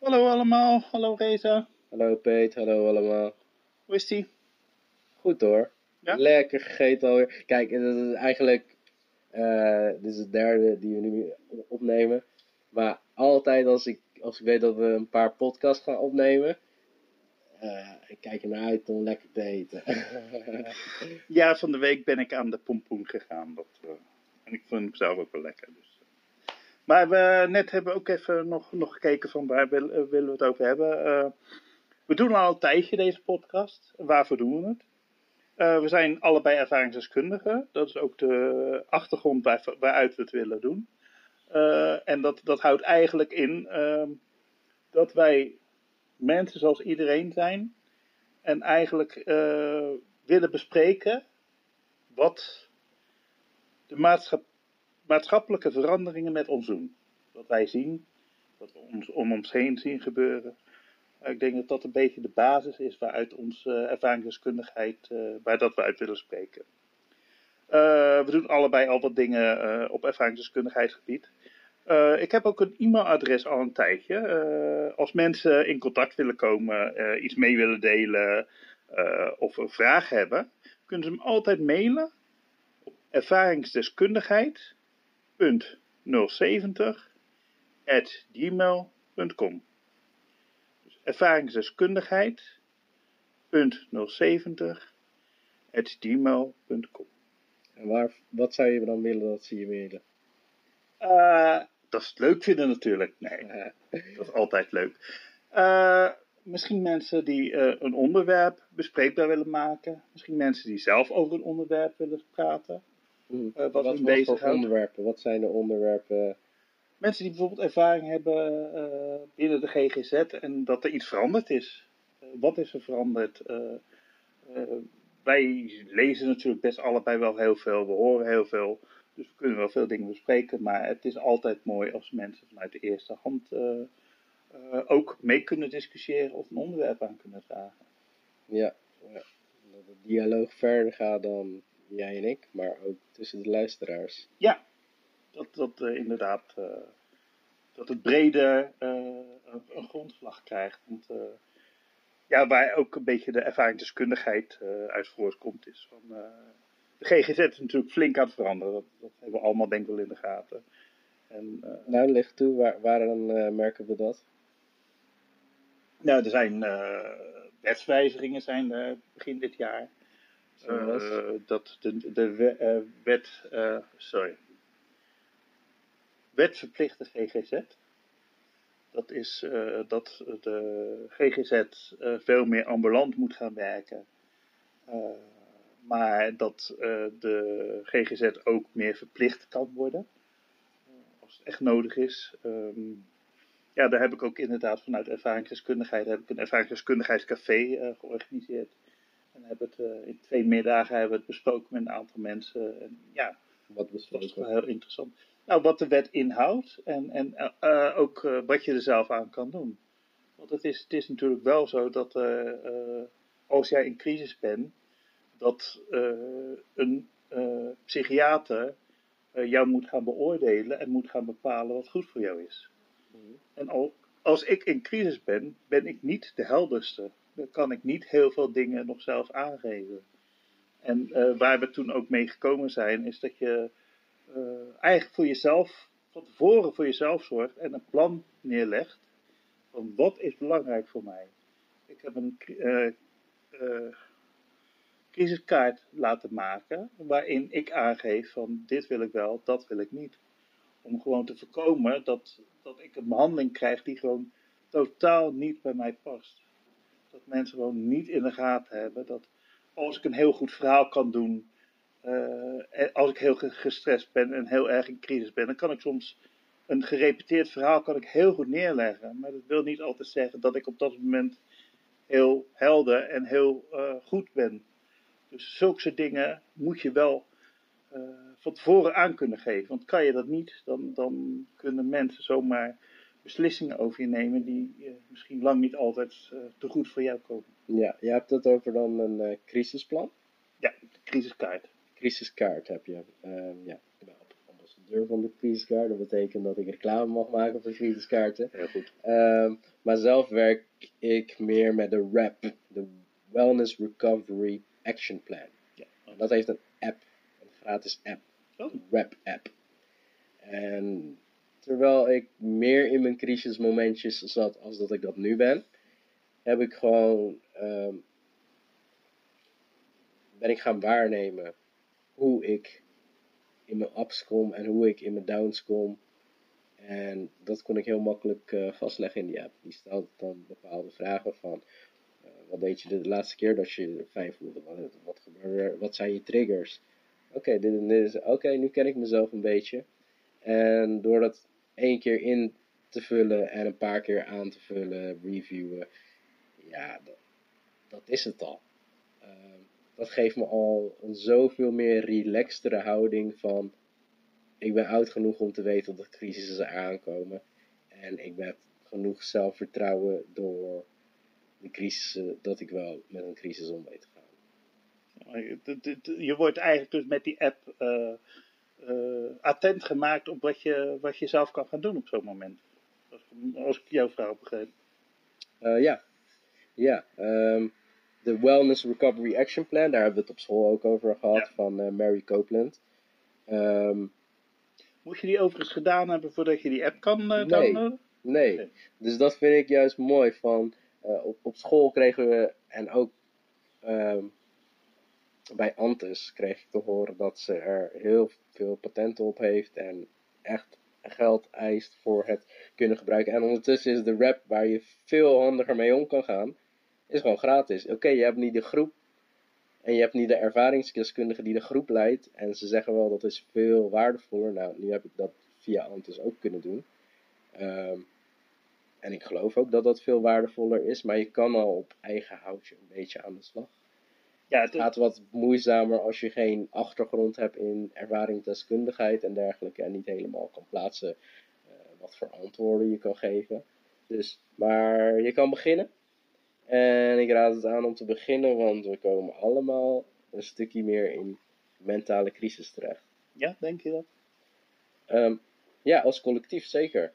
Hallo allemaal, hallo Reza. Hallo Peet, hallo allemaal. Hoe is die? Goed hoor. Ja? Lekker gegeten alweer. Kijk, dit is eigenlijk dit is de derde die we nu opnemen. Maar altijd als ik weet dat we een paar podcasts gaan opnemen, ik kijk ernaar uit om lekker te eten. Ja, van de week ben ik aan de pompoen gegaan. En ik vond hem zelf ook wel lekker. Dus. Maar net hebben we ook even nog gekeken van waar willen we het over hebben. We doen al een tijdje deze podcast. Waarvoor doen we het? We zijn allebei ervaringsdeskundigen. Dat is ook de achtergrond waaruit we het willen doen. En dat houdt eigenlijk in dat wij mensen zoals iedereen zijn. En eigenlijk willen bespreken wat de maatschappelijke veranderingen met ons doen. Wat wij zien, wat we om ons heen zien gebeuren. Ik denk dat dat een beetje de basis is waaruit onze ervaringsdeskundigheid, waar dat we uit willen spreken. We doen allebei al wat dingen op ervaringsdeskundigheidsgebied. Ik heb ook een e-mailadres al een tijdje. Als mensen in contact willen komen, iets mee willen delen of een vraag hebben, kunnen ze hem altijd mailen op ervaringsdeskundigheid.070@gmail.com. Dus ervaringsdeskundigheid.070@gmail.com. En wat zou je dan willen dat ze je mailen? Dat is het leuk vinden natuurlijk. Nee, dat is altijd leuk. Misschien mensen die een onderwerp bespreekbaar willen maken. Misschien mensen die zelf over een onderwerp willen praten. Wat voor onderwerpen? Wat zijn de onderwerpen? Mensen die bijvoorbeeld ervaring hebben binnen de GGZ en dat er iets veranderd is. Wat is er veranderd? Wij lezen natuurlijk best allebei wel heel veel. We horen heel veel. Dus we kunnen wel veel dingen bespreken. Maar het is altijd mooi als mensen vanuit de eerste hand ook mee kunnen discussiëren of een onderwerp aan kunnen dragen. Ja. Dat de dialoog verder gaat dan jij en ik, maar ook tussen de luisteraars. Ja, dat inderdaad, dat het breder een grondslag krijgt. Want waar ook een beetje de ervaringsdeskundigheid uit voortkomt is. De GGZ is natuurlijk flink aan het veranderen. Dat hebben we allemaal denk ik wel in de gaten. En, leg toe, waar dan merken we dat? Nou, er zijn wetswijzigingen zijn begin dit jaar. Dat de wet verplichte GGZ. Dat is dat de GGZ veel meer ambulant moet gaan werken. Maar dat de GGZ ook meer verplicht kan worden. Als het echt nodig is. Daar heb ik ook inderdaad vanuit ervaringsdeskundigheid een ervaringsdeskundigheidscafé georganiseerd. En in 2 middagen hebben we het besproken met een aantal mensen. En ja, dat was wel heel interessant. Nou, wat de wet inhoudt en ook wat je er zelf aan kan doen. Want het is natuurlijk wel zo dat als jij in crisis bent, dat een psychiater jou moet gaan beoordelen en moet gaan bepalen wat goed voor jou is. En als ik in crisis ben ik niet de helderste. Dan kan ik niet heel veel dingen nog zelf aangeven. En waar we toen ook mee gekomen zijn, is dat je eigenlijk van tevoren voor jezelf zorgt en een plan neerlegt van wat is belangrijk voor mij. Ik heb een crisiskaart laten maken waarin ik aangeef van dit wil ik wel, dat wil ik niet. Om gewoon te voorkomen dat ik een behandeling krijg die gewoon totaal niet bij mij past. Dat mensen gewoon niet in de gaten hebben dat als ik een heel goed verhaal kan doen, als ik heel gestrest ben en heel erg in crisis ben, dan kan ik soms een gerepeteerd verhaal kan ik heel goed neerleggen. Maar dat wil niet altijd zeggen dat ik op dat moment heel helder en heel goed ben. Dus zulke dingen moet je wel van tevoren aan kunnen geven. Want kan je dat niet, dan kunnen mensen zomaar beslissingen over je nemen die misschien lang niet altijd te goed voor jou komen. Ja, je hebt het over dan een crisisplan? Ja, de crisiskaart. Crisiskaart heb je. ambassadeur van de crisiskaart. Dat betekent dat ik reclame mag maken voor crisiskaarten. Heel goed. Maar zelf werk ik meer met de WRAP, de Wellness Recovery Action Plan. Ja. Dat heeft een app, een gratis app, Oh. een WRAP app. En terwijl ik meer in mijn crisismomentjes zat als dat ik dat nu ben, heb ik gewoon ben ik gaan waarnemen hoe ik in mijn ups kom en hoe ik in mijn downs kom. En dat kon ik heel makkelijk vastleggen in die app. Die stelt dan bepaalde vragen van wat deed je de laatste keer dat je je fijn voelde? Wat gebeurde er? Wat zijn je triggers? Oké, dit en dit is. Oké, nu ken ik mezelf een beetje. En door dat 1 keer in te vullen en een paar keer aan te vullen, reviewen, ja, dat is het al. Dat geeft me al een zoveel meer relaxtere houding van ik ben oud genoeg om te weten dat crisissen aankomen. En ik ben genoeg zelfvertrouwen door de crisissen dat ik wel met een crisis om weet te gaan. Je wordt eigenlijk dus met die app attent gemaakt op wat je zelf kan gaan doen op zo'n moment. Als ik jouw vraag begreep. Ja. De Wellness Recovery Action Plan, daar hebben we het op school ook over gehad, van Mary Copeland. Moet je die overigens gedaan hebben voordat je die app kan downloaden? Nee. Okay. Dus dat vind ik juist mooi. Van, op school kregen we, en ook bij Antes kreeg ik te horen dat ze er heel veel patenten op heeft en echt geld eist voor het kunnen gebruiken. En ondertussen is de WRAP, waar je veel handiger mee om kan gaan, is gewoon gratis. Oké, je hebt niet de groep en je hebt niet de ervaringsdeskundige die de groep leidt. En ze zeggen wel dat is veel waardevoller. Nou, nu heb ik dat via Antes ook kunnen doen. En ik geloof ook dat dat veel waardevoller is. Maar je kan al op eigen houtje een beetje aan de slag. Ja, het gaat wat moeizamer als je geen achtergrond hebt in ervaringsdeskundigheid en dergelijke. En niet helemaal kan plaatsen wat voor antwoorden je kan geven. Dus, maar je kan beginnen. En ik raad het aan om te beginnen, want we komen allemaal een stukje meer in mentale crisis terecht. Ja, denk je dat? Ja, als collectief zeker.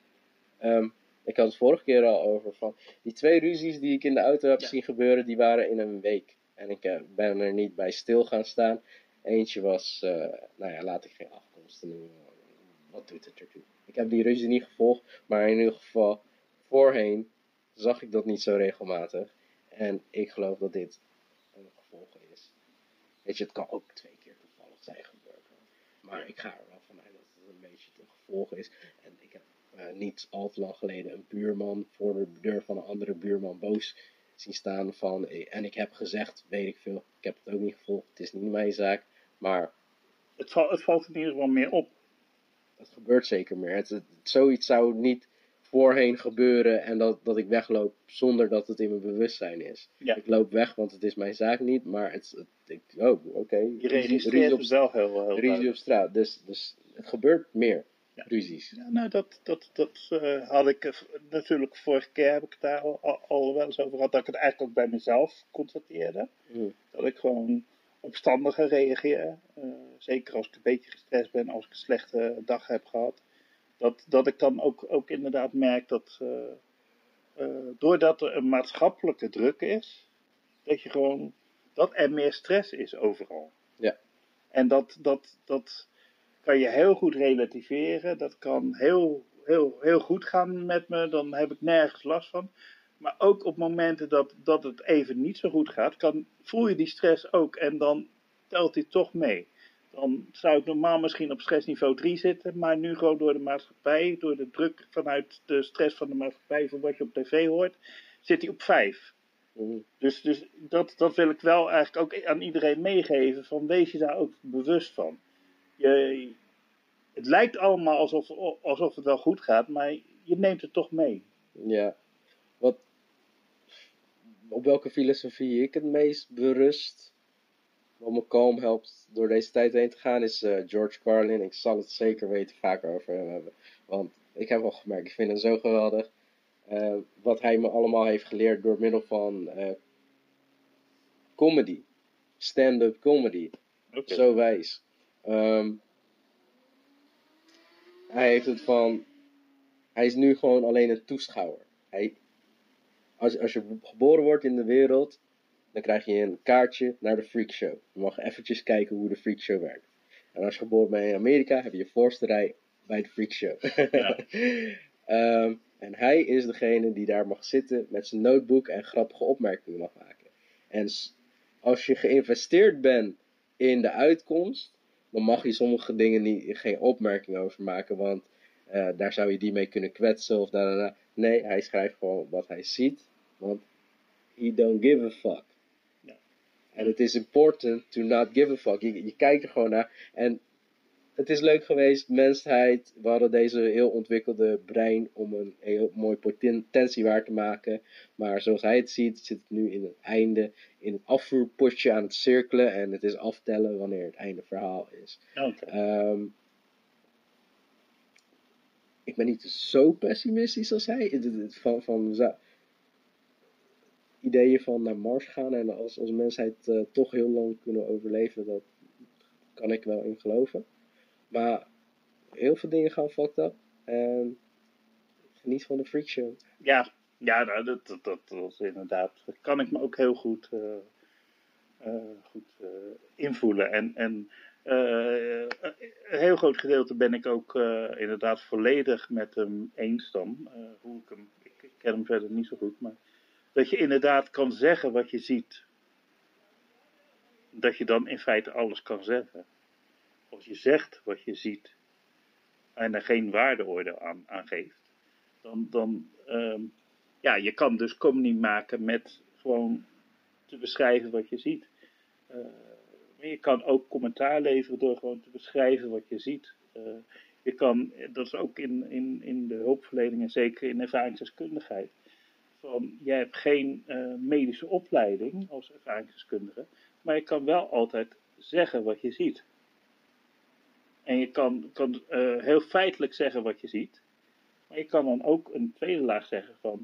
Ik had het vorige keer al over van die 2 ruzies die ik in de auto heb zien gebeuren, die waren in een week. En ik ben er niet bij stil gaan staan. Eentje was, laat ik geen afkomsten noemen. Wat doet het ertoe? Ik heb die ruzie niet gevolgd, maar in ieder geval voorheen zag ik dat niet zo regelmatig. En ik geloof dat dit een gevolg is. Weet je, het kan ook 2 keer toevallig zijn gebeurd. Maar ik ga er wel vanuit dat het een beetje een gevolg is. En ik heb niet al te lang geleden een buurman voor de deur van een andere buurman boos zien staan van, en ik heb gezegd, weet ik veel, ik heb het ook niet gevolgd, het is niet mijn zaak, maar het valt in ieder geval meer op. Het gebeurt zeker meer. Zoiets zou niet voorheen gebeuren en dat ik wegloop zonder dat het in mijn bewustzijn is. Ja. Ik loop weg, want het is mijn zaak niet, maar oké. Je registreert het wel heel ruzie op straat, dus het gebeurt meer. Ja. Ruzies. Ja, nou, dat had ik natuurlijk vorige keer heb ik het daar al wel eens over gehad, dat ik het eigenlijk ook bij mezelf constateerde. Dat ik gewoon opstandiger reageer. Zeker als ik een beetje gestrest ben, als ik een slechte dag heb gehad. Dat ik dan ook inderdaad merk dat doordat er een maatschappelijke druk is, dat er meer stress is overal. Ja. En dat kan je heel goed relativeren. Dat kan heel goed gaan met me. Dan heb ik nergens last van. Maar ook op momenten dat het even niet zo goed gaat, voel je die stress ook. En dan telt die toch mee. Dan zou ik normaal misschien op stressniveau 3 zitten. Maar nu gewoon door de maatschappij, door de druk vanuit de stress van de maatschappij, van wat je op tv hoort, zit hij op 5. Dus dat wil ik wel eigenlijk ook aan iedereen meegeven. Van wees je daar ook bewust van. Het lijkt allemaal alsof het wel goed gaat, maar je neemt het toch mee. Ja. Op welke filosofie ik het meest berust, wat me kalm helpt door deze tijd heen te gaan, is George Carlin. Ik zal het zeker weten vaker over hem hebben. Want ik heb al gemerkt, ik vind hem zo geweldig. Wat hij me allemaal heeft geleerd door middel van comedy. Stand-up comedy. Okay. Zo wijs. Hij heeft het van... Hij is nu gewoon alleen een toeschouwer. Als je geboren wordt in de wereld, dan krijg je een kaartje naar de freakshow. Je mag eventjes kijken hoe de freakshow werkt. En als je geboren bent in Amerika, heb je voorste rij bij de freakshow. Ja. En hij is degene die daar mag zitten met zijn notebook en grappige opmerkingen mag maken. En als je geïnvesteerd bent in de uitkomst, dan mag je sommige dingen geen opmerking over maken, want daar zou je die mee kunnen kwetsen of da. Nee, hij schrijft gewoon wat hij ziet, want he don't give a fuck. Ja. En het is important to not give a fuck. Je kijkt er gewoon naar en het is leuk geweest, mensheid. We hadden deze heel ontwikkelde brein om een heel mooi potentie waar te maken. Maar zoals hij het ziet, zit het nu in het einde, in het afvoerpotje aan het cirkelen. En het is aftellen wanneer het einde verhaal is. Okay. Ik ben niet zo pessimistisch als hij. Van ideeën van naar Mars gaan en als mensheid toch heel lang kunnen overleven, dat kan ik wel in geloven. Maar heel veel dingen gaan fucked up. En geniet van de freakshow. Ja, nou, dat was inderdaad. Dat kan ik me ook heel goed, invoelen. En een heel groot gedeelte ben ik ook inderdaad volledig met hem eens dan. Hoe ik hem. Ik ken hem verder niet zo goed, maar dat je inderdaad kan zeggen wat je ziet. Dat je dan in feite alles kan zeggen. Als je zegt wat je ziet en er geen waardeoordeel aan geeft, dan ja, je kan dus communie maken met gewoon te beschrijven wat je ziet. Maar je kan ook commentaar leveren door gewoon te beschrijven wat je ziet. Je kan, dat is ook in de hulpverlening en zeker in ervaringsdeskundigheid. Van, jij hebt geen medische opleiding als ervaringsdeskundige, maar je kan wel altijd zeggen wat je ziet. En je kan heel feitelijk zeggen wat je ziet. Maar je kan dan ook een tweede laag zeggen van,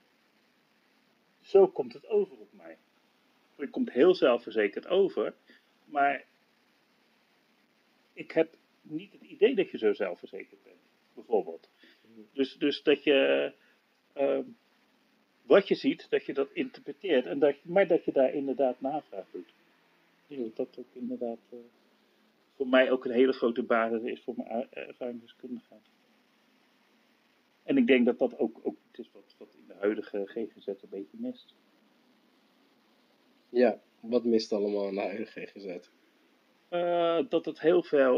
zo komt het over op mij. Je komt heel zelfverzekerd over, maar ik heb niet het idee dat je zo zelfverzekerd bent, bijvoorbeeld. Dus dat je wat je ziet, dat je dat interpreteert, maar dat je daar inderdaad navraag doet. Ik denk dat ook inderdaad voor mij ook een hele grote basis is voor mijn ervaringsdeskundigheid. En ik denk dat dat ook iets is wat in de huidige GGZ een beetje mist. Ja, wat mist allemaal in de huidige GGZ? Dat het heel veel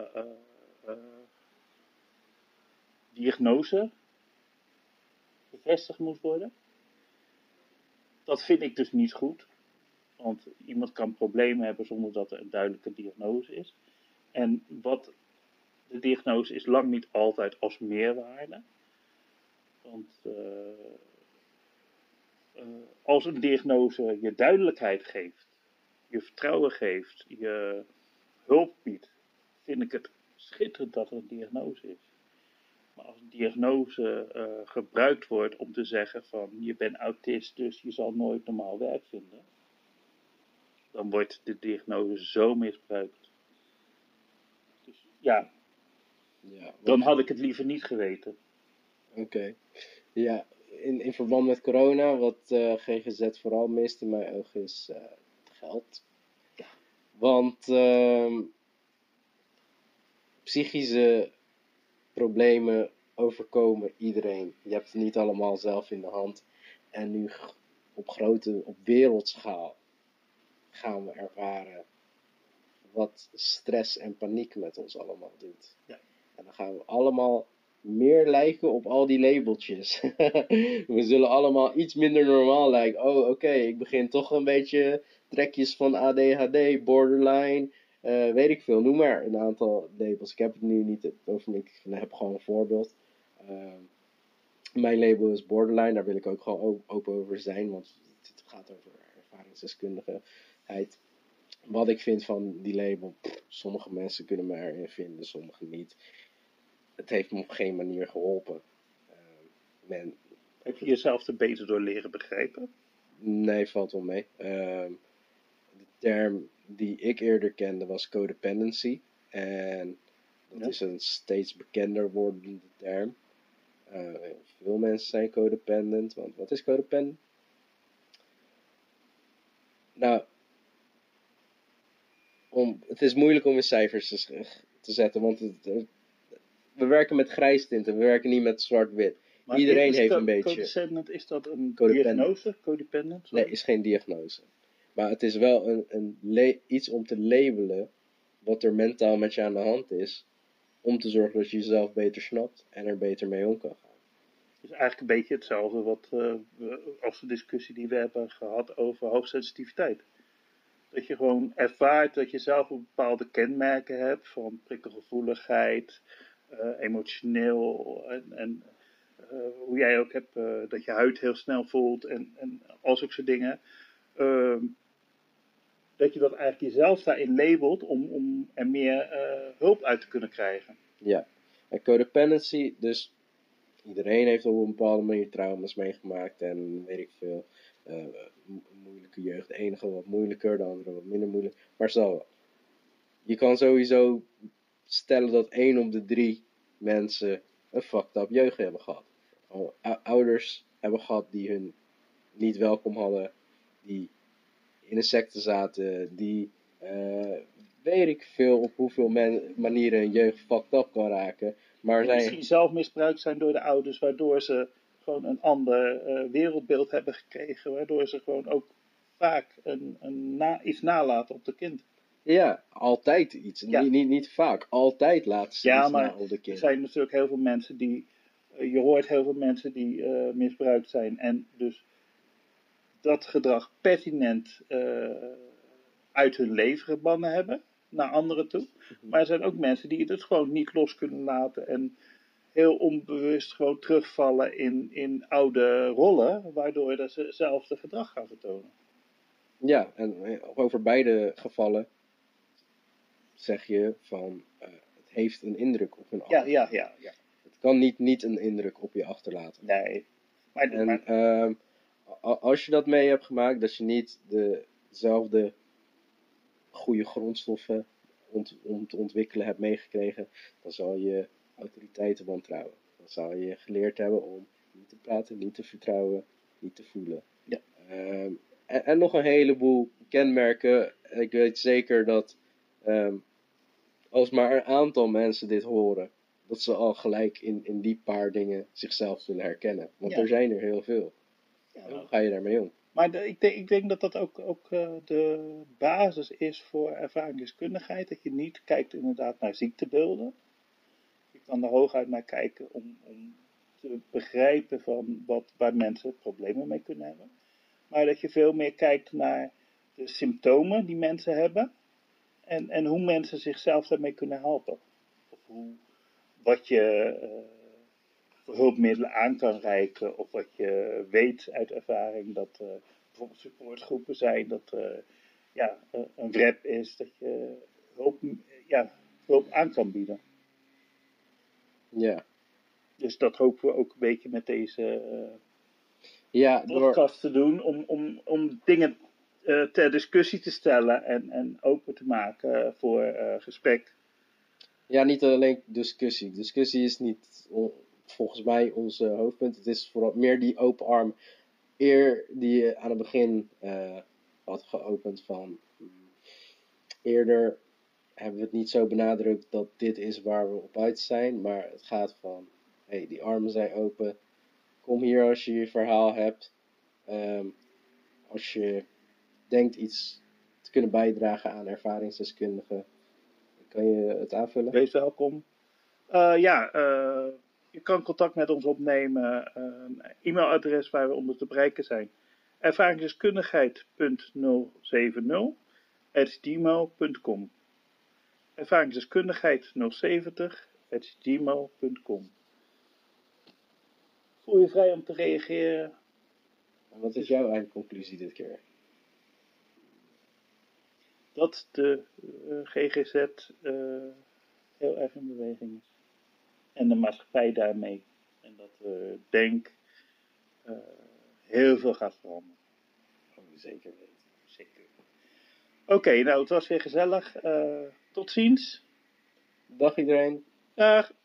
diagnose bevestigd moet worden. Dat vind ik dus niet goed. Want iemand kan problemen hebben zonder dat er een duidelijke diagnose is. En wat de diagnose is lang niet altijd als meerwaarde. Want als een diagnose je duidelijkheid geeft, je vertrouwen geeft, je hulp biedt, vind ik het schitterend dat er een diagnose is. Maar als een diagnose gebruikt wordt om te zeggen van je bent autist, dus je zal nooit normaal werk vinden, dan wordt de diagnose zo misbruikt. Dus ja, dan had ik het liever niet geweten. Oké. Ja, in verband met corona, wat GGZ vooral mist in mijn ogen is geld. Ja. Want psychische problemen overkomen iedereen. Je hebt het niet allemaal zelf in de hand. En nu op wereldschaal gaan we ervaren wat stress en paniek met ons allemaal doet. Ja. En dan gaan we allemaal meer lijken op al die labeltjes. We zullen allemaal iets minder normaal lijken. Oh, oké, ik begin toch een beetje trekjes van ADHD, borderline, weet ik veel. Noem maar een aantal labels. Ik heb het nu niet over, ik heb gewoon een voorbeeld. Mijn label is borderline, daar wil ik ook gewoon open over zijn, want het gaat over ervaringsdeskundigheid. Wat ik vind van die label, sommige mensen kunnen me erin vinden, sommige niet. Het heeft me op geen manier geholpen. Heb je jezelf er beter door leren begrijpen? Nee, valt wel mee. De term die ik eerder kende was codependency. En Dat Ja. is een steeds bekender wordende term. Veel mensen zijn codependent. Want wat is codependent? Nou, het is moeilijk om in cijfers te zetten. Want we werken met grijstinten. We werken niet met zwart-wit. Maar Iedereen is heeft een beetje... Codependent, is dat een Codependent. diagnose? Codependent? Sorry. Nee, is geen diagnose. Maar het is wel iets om te labelen wat er mentaal met je aan de hand is. Om te zorgen dat je jezelf beter snapt en er beter mee om kan gaan. Het is eigenlijk een beetje hetzelfde als de discussie die we hebben gehad over hoogsensitiviteit. Dat je gewoon ervaart dat je zelf bepaalde kenmerken hebt van prikkelgevoeligheid, emotioneel en hoe jij ook hebt dat je huid heel snel voelt en al zulke dingen. Dat je dat eigenlijk jezelf daarin labelt om er meer hulp uit te kunnen krijgen. Ja, en codependency, dus iedereen heeft op een bepaalde manier trauma's meegemaakt en weet ik veel. Moeilijke jeugd, de enige wat moeilijker, de andere wat minder moeilijk. Maar zo, je kan sowieso stellen dat 1 op de 3 mensen een fucked up jeugd hebben gehad. Ouders hebben gehad die hun niet welkom hadden, die in een secte zaten, die weet ik veel op hoeveel manieren een jeugd fucked up kan raken. Maar Misschien zelf misbruikt zijn door de ouders, waardoor ze gewoon een ander wereldbeeld hebben gekregen, waardoor ze gewoon ook vaak iets nalaten op de kind. Ja, altijd iets. Ja. Niet vaak. Altijd laten ze iets na op de kind. Er zijn natuurlijk heel veel mensen die... je hoort heel veel mensen die misbruikt zijn en dus dat gedrag pertinent uit hun leven gebannen hebben naar anderen toe. Maar er zijn ook mensen die het gewoon niet los kunnen laten en heel onbewust gewoon terugvallen in oude rollen, waardoor ze hetzelfde gedrag gaan vertonen. Ja, en over beide gevallen zeg je van het heeft een indruk op hun achterlaten. Ja. Het kan niet een indruk op je achterlaten. Nee. Als je dat mee hebt gemaakt, dat je niet dezelfde goede grondstoffen om te ontwikkelen hebt meegekregen, dan zal je autoriteiten wantrouwen. Dan zal je geleerd hebben om niet te praten, niet te vertrouwen, niet te voelen. Ja. En nog een heleboel kenmerken. Ik weet zeker dat als maar een aantal mensen dit horen, dat ze al gelijk in die paar dingen zichzelf zullen herkennen. Want er zijn er heel veel. Ja, Hoe ga je daarmee om? Maar ik denk dat dat ook de basis is voor ervaringsdeskundigheid. Dat je niet kijkt inderdaad naar ziektebeelden. Je kan er hooguit naar kijken om te begrijpen van waar mensen problemen mee kunnen hebben. Maar dat je veel meer kijkt naar de symptomen die mensen hebben. En hoe mensen zichzelf daarmee kunnen helpen. Of wat je voor hulpmiddelen aan kan reiken. Of wat je weet uit ervaring dat bijvoorbeeld supportgroepen zijn. Dat een wrap is. Dat je hulp aan kan bieden. Ja. Dus dat hopen we ook een beetje met deze door podcast te doen. Om dingen ter discussie te stellen en open te maken voor gesprek. Ja, niet alleen discussie. Discussie is niet volgens mij ons hoofdpunt. Het is vooral meer die open arm eer die je aan het begin had geopend van. Eerder hebben we het niet zo benadrukt dat dit is waar we op uit zijn. Maar het gaat van, hey, die armen zijn open. Kom hier als je je verhaal hebt. Als je denkt iets te kunnen bijdragen aan ervaringsdeskundigen. Kan je het aanvullen? Wees welkom. Je kan contact met ons opnemen. Een e-mailadres waar we onder te bereiken zijn. ervaringsdeskundigheid.070@gmail.com. ervaringsdeskundigheid070@gmail.com. Voel je vrij om te reageren. En wat is jouw eindconclusie dit keer? Dat de GGZ heel erg in beweging is. En de maatschappij daarmee. En dat denk heel veel gaat veranderen. Zeker weten. Zeker. Oké, nou het was weer gezellig. Tot ziens. Dag iedereen. Dag.